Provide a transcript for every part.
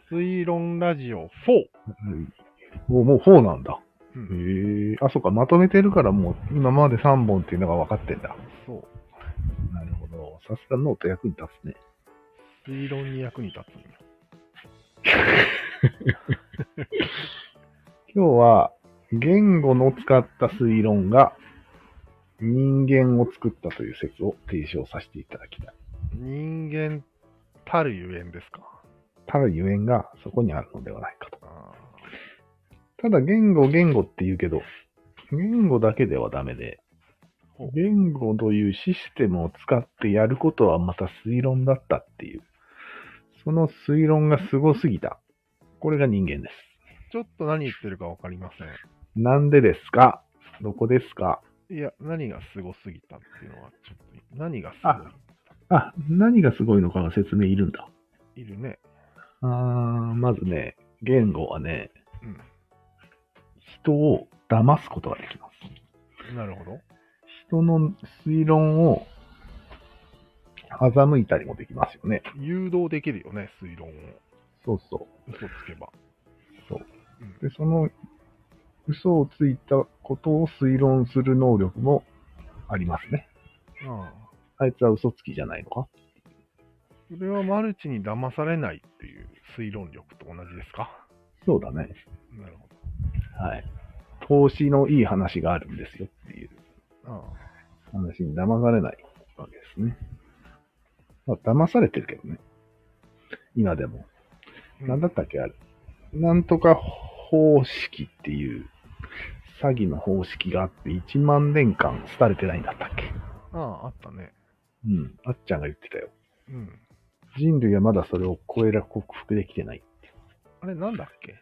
推論ラジオ4。 もう4なんだ。 うん、 あ、そうか、まとめてるからもう今まで3本っていうのが分かってんだ。 そう。 なるほど。さすがノート役に立つね。 推論に役に立つんよ。 今日は言語の使った推論が人間を作ったという説を提唱させていただきたい。 人間たるゆえんですか。 たるゆえんがそこにあるのではないかと。ただ言語って言うけど、言語だけではダメで、言語というシステムを使ってやることはまた推論だったっていう。その推論がすごすぎた。これが人間です。 ちょっと何言ってるかわかりません。 なんでですか？どこですか？ いや、何がすごすぎたっていうのは、ちょっと、何がすごい？ 何がすごいのかが説明いるんだ。 いるね。 まずね、言語はね、 うん。 人を騙すことができます。 なるほど。 人の推論を欺いたりもできますよね。 誘導できるよね、推論を。 そうそう。 嘘つけば。 そう。で、その嘘をついたことを推論する能力もありますね。あいつは嘘つきじゃないのか？ それはマルチに騙されないっていう推論力と同じですか？ そうだね。 なるほど。はい。投資のいい話があるんですよっていう話に騙されないわけですね。まあ、騙されてるけどね。今でも。なんだったっけあれ。なんとか方式っていう詐欺の方式があって1万年間廃れてないんだったっけ？ あったね。 うん。あっちゃんが言ってたよ。 うん。 人類はまだそれを超えら克服できてない。 あれなんだっけ？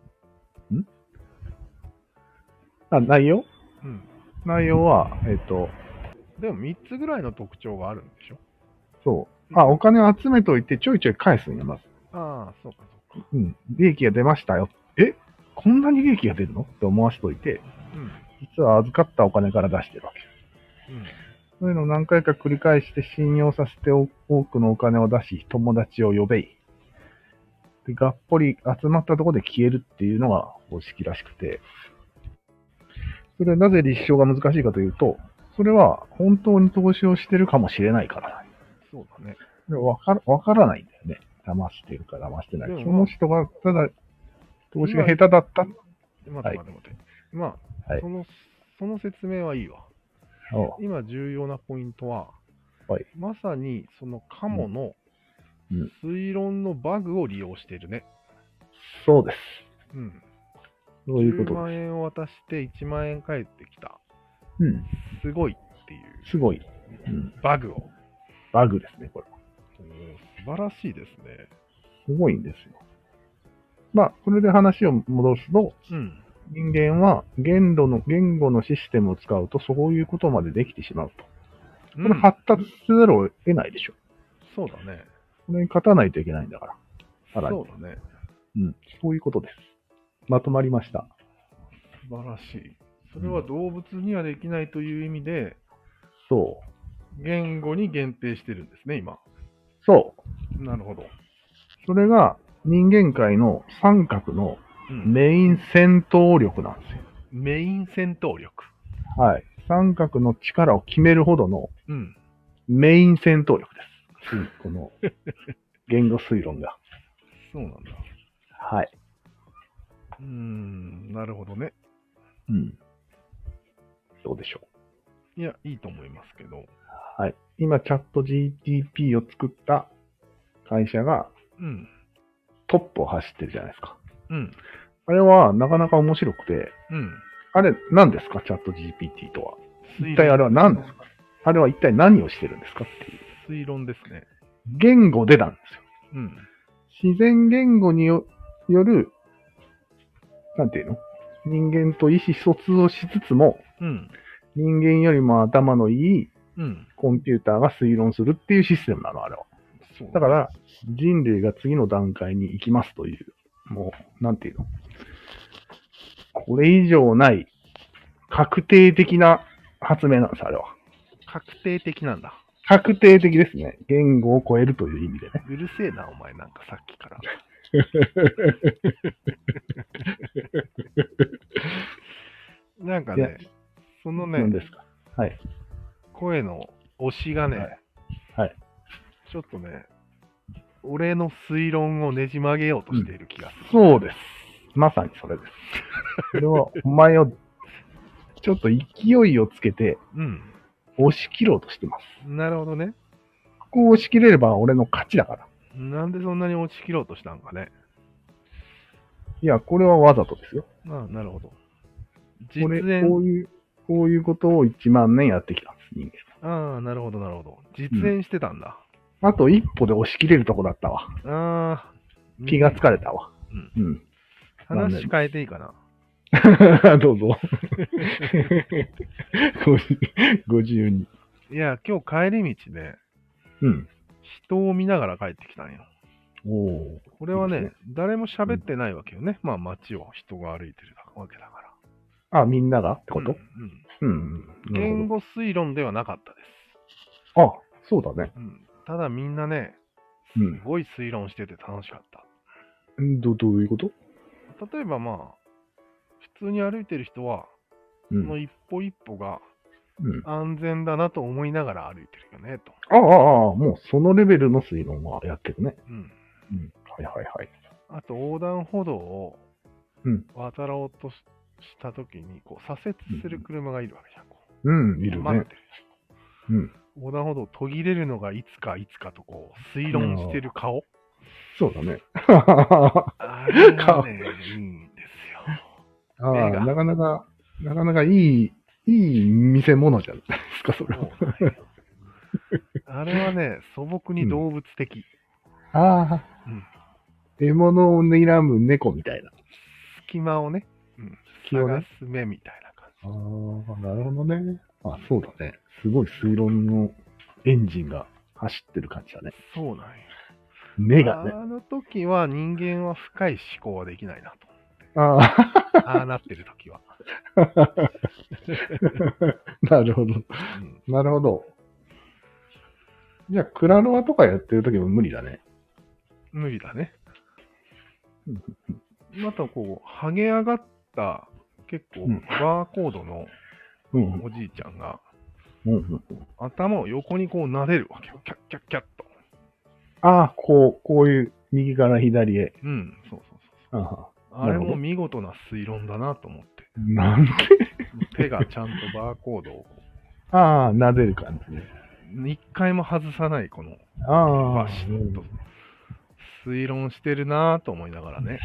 内容？ うん。 内容は、 でも3つぐらいの特徴があるんでしょ？ そう。お金を集めといてちょいちょい返すんや、まず。 そうかそうか。 うん。利益が出ましたよ。こんなに利益が出るのって思わしといて、実は預かったお金から出してるわけ。そういうのを何回か繰り返して信用させて多くのお金を出し、友達を呼べい。で、がっぽり集まったところで消えるっていうのが方式らしくて、それはなぜ立証が難しいかというと、それは本当に投資をしてるかもしれないから。 そうだね。 わからないんだよね。騙してるか騙してない。その人がただ投資が下手だった。 待て。まあ、その説明はいいわ。今重要なポイントは、まさにそのカモの推論のバグを利用しているね。 そうです。 そういうことです。10万円を渡して1万円返ってきた。すごいっていう。 すごい。 バグを。 バグですね、これは。 素晴らしいですね。 すごいんですよ。まあ、これで話を戻すと、人間は言語のシステムを使うとそういうことまでできてしまうと。これ発達せざるを得ないでしょ。 そうだね。 これに勝たないといけないんだから。 そうだね。 そういうことです。まとまりました。 素晴らしい。それは動物にはできないという意味で、 そう。 言語に限定してるんですね、今。 そう。 なるほど。 それが人間界の三角のメイン戦闘力なんですよ。 メイン戦闘力。 はい。三角の力を決めるほどのメイン戦闘力です。この言語推論が。 そうなんだ。 はい。 なるほどね。 どうでしょう。いや、いいと思いますけど。 はい。今、チャット GTP を作った会社が、トップを走ってるじゃないですか。あれはなかなか面白くて、あれ何ですか、チャット GPT とは。一体あれは何ですか？あれは一体何をしてるんですかっていう。 推論ですね。 言語でなんですよ。自然言語による、なんていうの？人間と意思疎通をしつつも、人間よりも頭のいいコンピューターが推論するっていうシステムなの、あれは。だから、人類が次の段階に行きますという、もう、なんていうの？これ以上ない確定的な発明なんです、あれは。 確定的なんだ。 確定的ですね。言語を超えるという意味でね。 うるせえな、お前なんかさっきから。 なんかね、そのね、 何ですか？はい。 声の推しがね、 はい。 ちょっとね、俺の推論をねじ曲げようとしている気がする。 そうです。まさにそれです。それは、お前を、ちょっと勢いをつけて、押し切ろうとしてます。 なるほどね。 ここを押し切れれば俺の勝ちだから。 なんでそんなに押し切ろうとしたんかね。 いや、これはわざとですよ。 ああ、なるほど。 こういうことを1万年やってきたんです、人間。ああ、なるほど、なるほど。実演してたんだ。 あと一歩で押し切れるとこだったわ。 ああ。 気がつかれたわ。 話変えていいかな。 どうぞ。ご自由に。 いや、今日帰り道で、人を見ながら帰ってきたんよ。これはね、誰も喋ってないわけよね。まあ街を人が歩いてるわけだから。 あ、みんながってこと？ 言語推論ではなかったです。 あ、そうだね。 ただみんなね、すごい推論してて楽しかった。 どういうこと？ 例えばまあ、普通に歩いてる人は、その一歩一歩が安全だなと思いながら歩いてるよね、と。 もうそのレベルの推論はやってるね。はいはいはい。 あと横断歩道を渡ろうとしたときに、こう左折する車がいるわけじゃん。 いるね。 待ってる。横断歩道を途切れるのがいつかとこう推論してる顔。 そうだね。 あれがね、いいんですよ。 なかなかいい見せ物じゃないですか、それは。 あれはね、素朴に動物的。 獲物を睨む猫みたいな。 隙間をね、探す目みたいな感じ。なるほどね。そうだね。すごい推論のエンジンが走ってる感じだね。 そうなんよ。 目がね。 あの時は人間は深い思考はできないなと。ああなってる時は。 なるほど。なるほど。じゃあ、クラロワとかやってる時も無理だね。 無理だね。またこう、剥げ上がった、結構、バーコードのおじいちゃんが、頭を横にこう撫でるわけよ。キャッキャッキャッと。 こういう右から左へ。 そう。あれも見事な推論だなと思って。 なんで手がちゃんとバーコードを。 撫でる感じね。 一回も外さない、この、バシッと。推論してるなと思いながらね。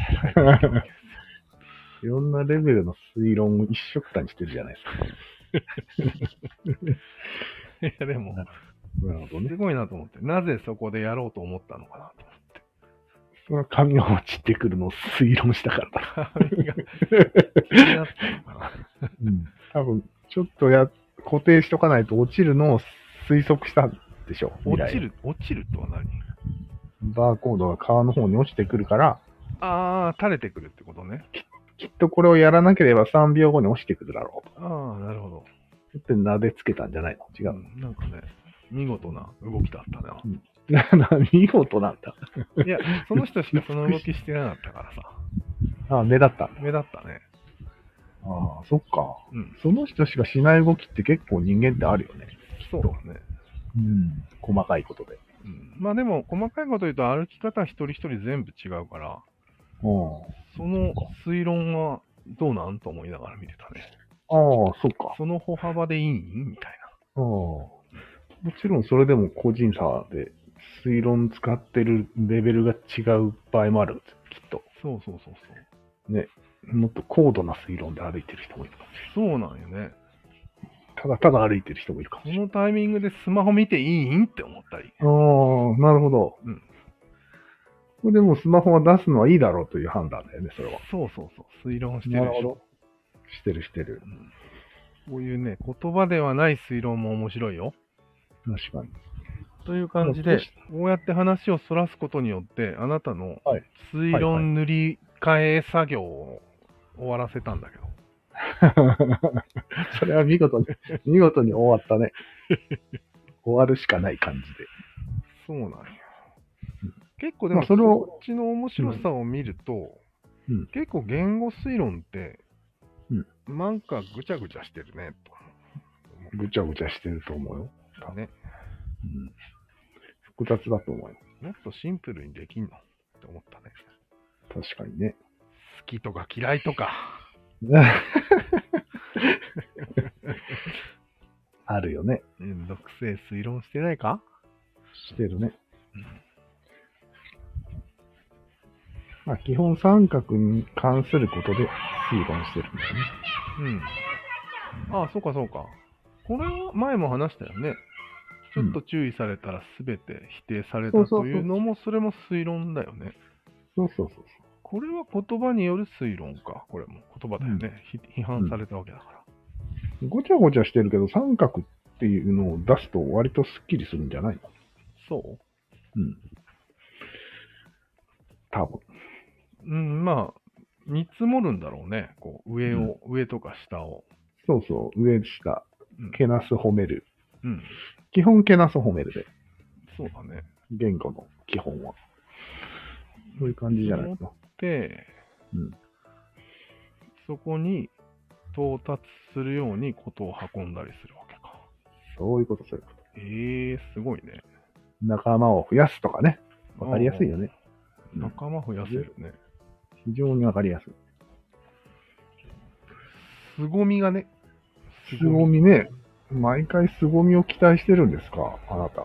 いろんなレベルの推論を一緒くたにしてるじゃないですか。 いや、でも、すごいなと思って。なぜそこでやろうと思ったのかなと思って。 その髪が落ちてくるのを推論したからだ。 髪が気になったのかな。 多分、ちょっと固定しとかないと落ちるのを推測したんでしょう。 落ちるとは何？ バーコードが川の方に落ちてくるから。 垂れてくるってことね。 きっとこれをやらなければ3秒後に落ちてくるだろうと。なるほど。 って撫でつけたんじゃないの？違う。 なんかね、見事な動きだったな。 見事なんだ。 いや、その人しかその動きしてなかったからさ。目立った。 目立ったね。 そっか。その人しかしない動きって結構人間ってあるよね。 そうだね。 細かいことで。 まあでも、細かいこと言うと歩き方一人一人全部違うから、その推論はどうなんと思いながら見てたね。 そっか。 その歩幅でいいんみたいな。もちろんそれでも個人差で推論使ってるレベルが違う場合もあるんですよ、きっと。 そう。 ね。もっと高度な推論で歩いてる人もいるかもしれない。そうなんよね。 ただただ歩いてる人もいるかもしれない。 そのタイミングでスマホ見ていいんって思ったり。 なるほど。これでもスマホは出すのはいいだろうという判断だよね、それは。 そう。推論してるでしょ。なるほど。 してる。 こういうね、言葉ではない推論も面白いよ。 確かに。 という感じで、こうやって話をそらすことによって、あなたの推論塗り替え作業を終わらせたんだけど。 それは見事に終わったね。終わるしかない感じで。 そうなんや。 結構でも、そっちの面白さを見ると、結構言語推論って、なんかぐちゃぐちゃしてるね、と。 ぐちゃぐちゃしてると思うよ。 ね。 複雑だと思うよ。 もっとシンプルにできんのって思ったね。 確かにね。 好きとか嫌いとか。 あるよね。 めんどくせえ推論してないか？ してるね。まあ、基本三角に関することで推論してるんだよね。 ああ、そうかそうか。これは前も話したよね。ちょっと注意されたら全て否定されたというのも、それも推論だよね。 そう。 これは言葉による推論か。これも言葉だよね。批判されたわけだから。 ごちゃごちゃしてるけど、三角っていうのを出すと割とスッキリするんじゃないの？ そう？ 多分。 まあ、煮積もるんだろうね。こう、上とか下を。 そう。上、下。けなす、褒める。 うん。 基本けなす褒めるで。 そうだね。 言語の基本は。そういう感じじゃないの。 で、そこに到達するようにことを運んだりするわけか。 そういうこと。 すごいね。 仲間を増やすとかね。わかりやすいよね。 仲間増やせるね。 非常にわかりやすい。 凄みがね。 凄みね。毎回凄みを期待してるんですか、あなた。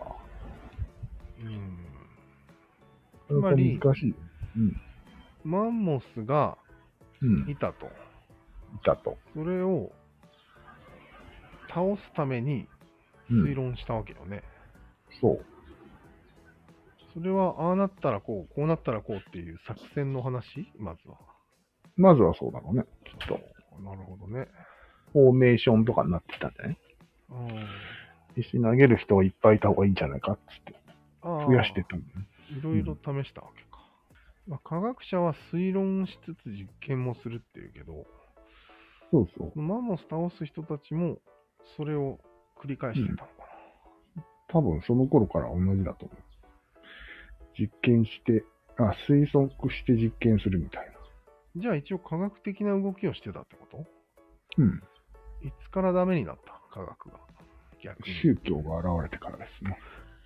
つまり、 難しい。 マンモスがいたと。それを倒すために推論したわけよね。 そう。 それは、ああなったらこう、こうなったらこうっていう作戦の話？まずは。 まずはそうだろうね、きっと。 なるほどね。 フォーメーションとかになってたんじゃない？石投げる人はいっぱいいた方がいいんじゃないかっつって。増やしてたんだね。 いろいろ試したわけか。科学者は推論しつつ実験もするっていうけど、 そう。 マンモス倒す人たちもそれを繰り返してたのかな。多分その頃から同じだと思う。実験して、推測して実験するみたいな。 じゃあ一応科学的な動きをしてたってこと？いつからダメになった科学が。逆に。 宗教が現れてからですね。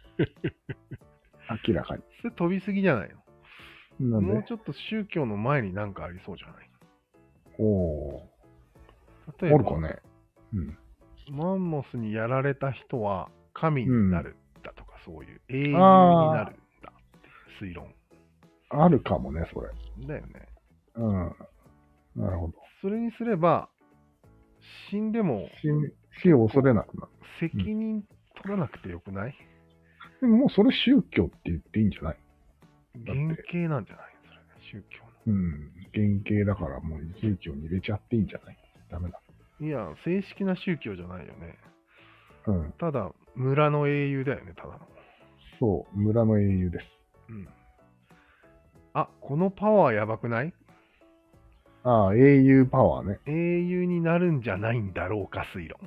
明らかに。 それ飛びすぎじゃないの？ なんで？ もうちょっと宗教の前になんかありそうじゃない？例えば、あるかね。マンモスにやられた人は神になるだとか、そういう英雄になるんだって推論。 あるかもね、それ。 だよね。 なるほど。 それにすれば、死んでも死を恐れなくなる。 責任取らなくてよくない？ でももうそれ宗教って言っていいんじゃない？ 原型なんじゃない？それ、宗教の。原型だからもう宗教に入れちゃっていいんじゃない？ダメだ。 いや、正式な宗教じゃないよね。ただ、村の英雄だよね、ただの。 そう、村の英雄です。 このパワーやばくない？ 英雄パワーね。 英雄になるんじゃないんだろうか、推論。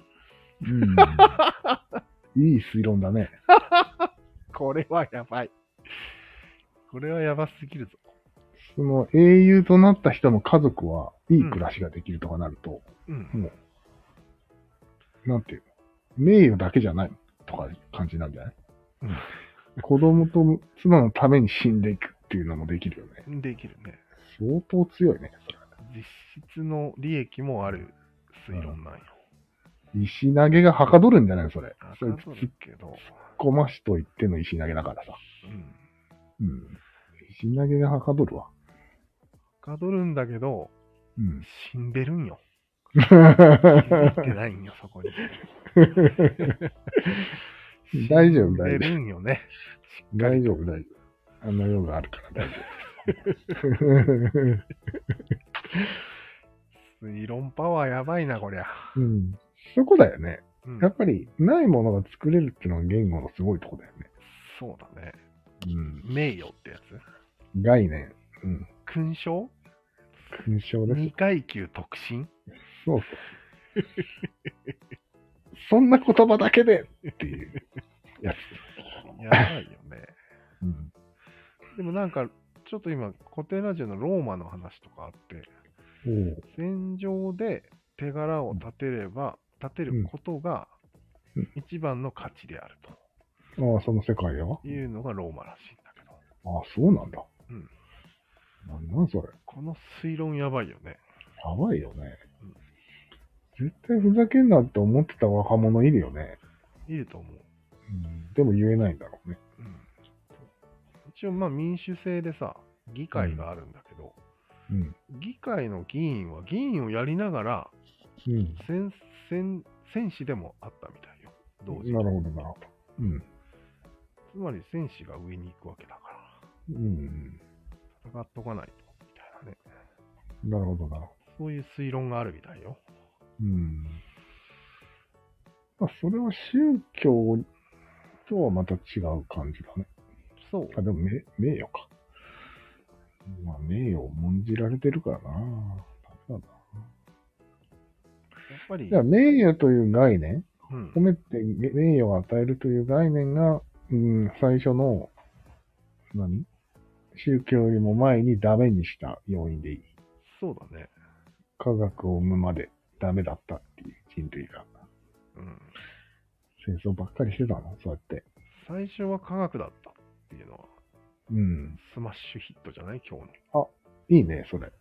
いい推論だね。 これはやばい。これはやばすぎるぞ。 その英雄となった人の家族はいい暮らしができるとかなると、もう、なんていうの、名誉だけじゃないとか感じなんじゃない？子供と妻のために死んでいくっていうのもできるよね。 できるね。 相当強いね、それ。 実質の利益もある推論なんよ。 石投げがはかどるんじゃないそれ。 それ突っ込ましと言っての石投げだからさ。石投げがはかどるわ。 はかどるんだけど、死んでるんよ。気づいてないんよ、そこに。 大丈夫、大丈夫。 死んでるんよね。 大丈夫、大丈夫。あの世があるから大丈夫。推論パワーやばいな、こりゃ。 そこだよね。やっぱり、ないものが作れるっていうのが言語のすごいとこだよね。 そうだね。名誉ってやつ？ 概念。 勲章？ 勲章です。 2階級特進？ そう。そんな言葉だけでっていうやつ。 やばいよね。でもなんか、ちょっと今、固定ラジオのローマの話とかあって、戦場で手柄を立てれば、立てることが一番の価値であると。 ああ、その世界はいうのがローマらしいんだけど。 ああ、そうなんだ。 うん。 なんそれ。 この推論やばいよね。 やばいよね。絶対ふざけんなって思ってた若者いるよね。 いると思う。 でも言えないんだろうね。 一応まあ民主制でさ、議会があるんだけど、議会の議員は議員をやりながら、戦士でもあったみたいよ。同時に。 なるほど、なるほど。 つまり戦士が上に行くわけだから。戦っとかないと、みたいなね。 なるほど、なるほど。 そういう推論があるみたいよ。 まあ、それは宗教とはまた違う感じだね。 そう。 あ、でも名誉か。まあ、名誉を重んじられてるからな。ダメだな。やっぱり。 じゃあ、名誉という概念、褒めて名誉を与えるという概念が、最初の、宗教よりも前にダメにした要因でいい。 そうだね。 科学を生むまでダメだったっていう人類が。戦争ばっかりしてたの、そうやって。 最初は科学だったっていうのは、スマッシュヒットじゃない今日の。あ、いいね、それ。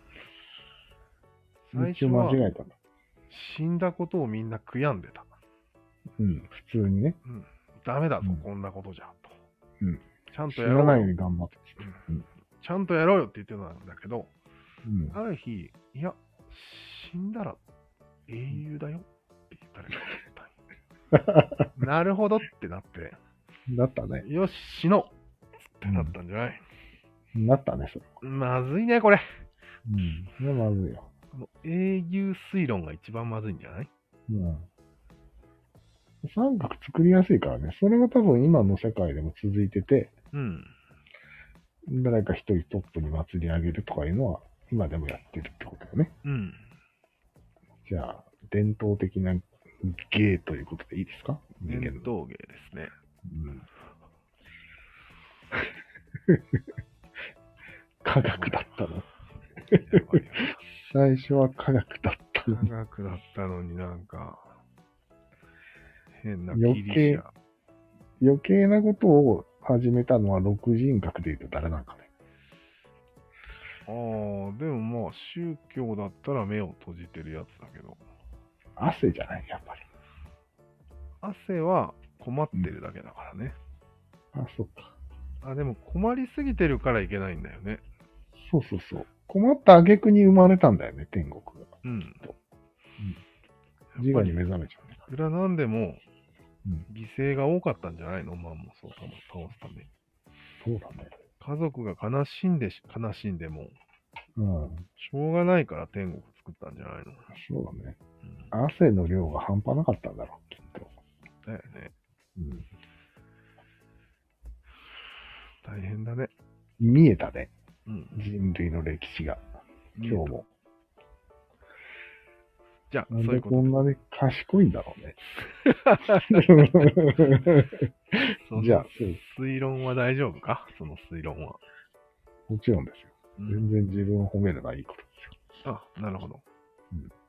最初は、 間違えたんだ。 死んだことをみんな悔やんでた。 普通にね。 ダメだぞ、こんなことじゃ、と。ちゃんとやろうよ。知らないように頑張って。 ちゃんとやろうよって言ってたんだけど、ある日、いや、死んだら英雄だよって言ったらなるほどってなって。 なったね。 よし、死のうってなったんじゃない、 なったね、それ。 まずいね、これ。 それまずいよ。 この英雄推論が一番まずいんじゃない？ 三角作りやすいからね。それは多分今の世界でも続いてて、誰か一人トップに祭り上げるとかいうのは今でもやってるってことだよね。じゃあ、伝統的な芸ということでいいですか？ 伝統芸ですね。 科学だったの。最初は科学だったのに。 科学だったのになんか、変なギリシャ。 余計なことを始めたのは六人格で言うと誰なんかね。 でもまあ宗教だったら目を閉じてるやつだけど。 汗じゃない、やっぱり。 汗は困ってるだけだからね。 そっか。 でも困りすぎてるからいけないんだよね。 そうそうそう。困った挙句に生まれたんだよね、天国が。自我に目覚めちゃうね。 いくらなんでも、犠牲が多かったんじゃないの？マンモスを倒すために。 そうだね。 家族が悲しんでも、しょうがないから天国作ったんじゃないの？ そうだね。汗の量が半端なかったんだろう、きっと。 だよね。大変だね。 見えたね。人類の歴史が。今日も。 じゃあ、 なんでこんなに賢いんだろうね。じゃあ、 推論は大丈夫か？その推論は。 もちろんですよ。全然自分を褒めるのはいいことですよ。なるほど。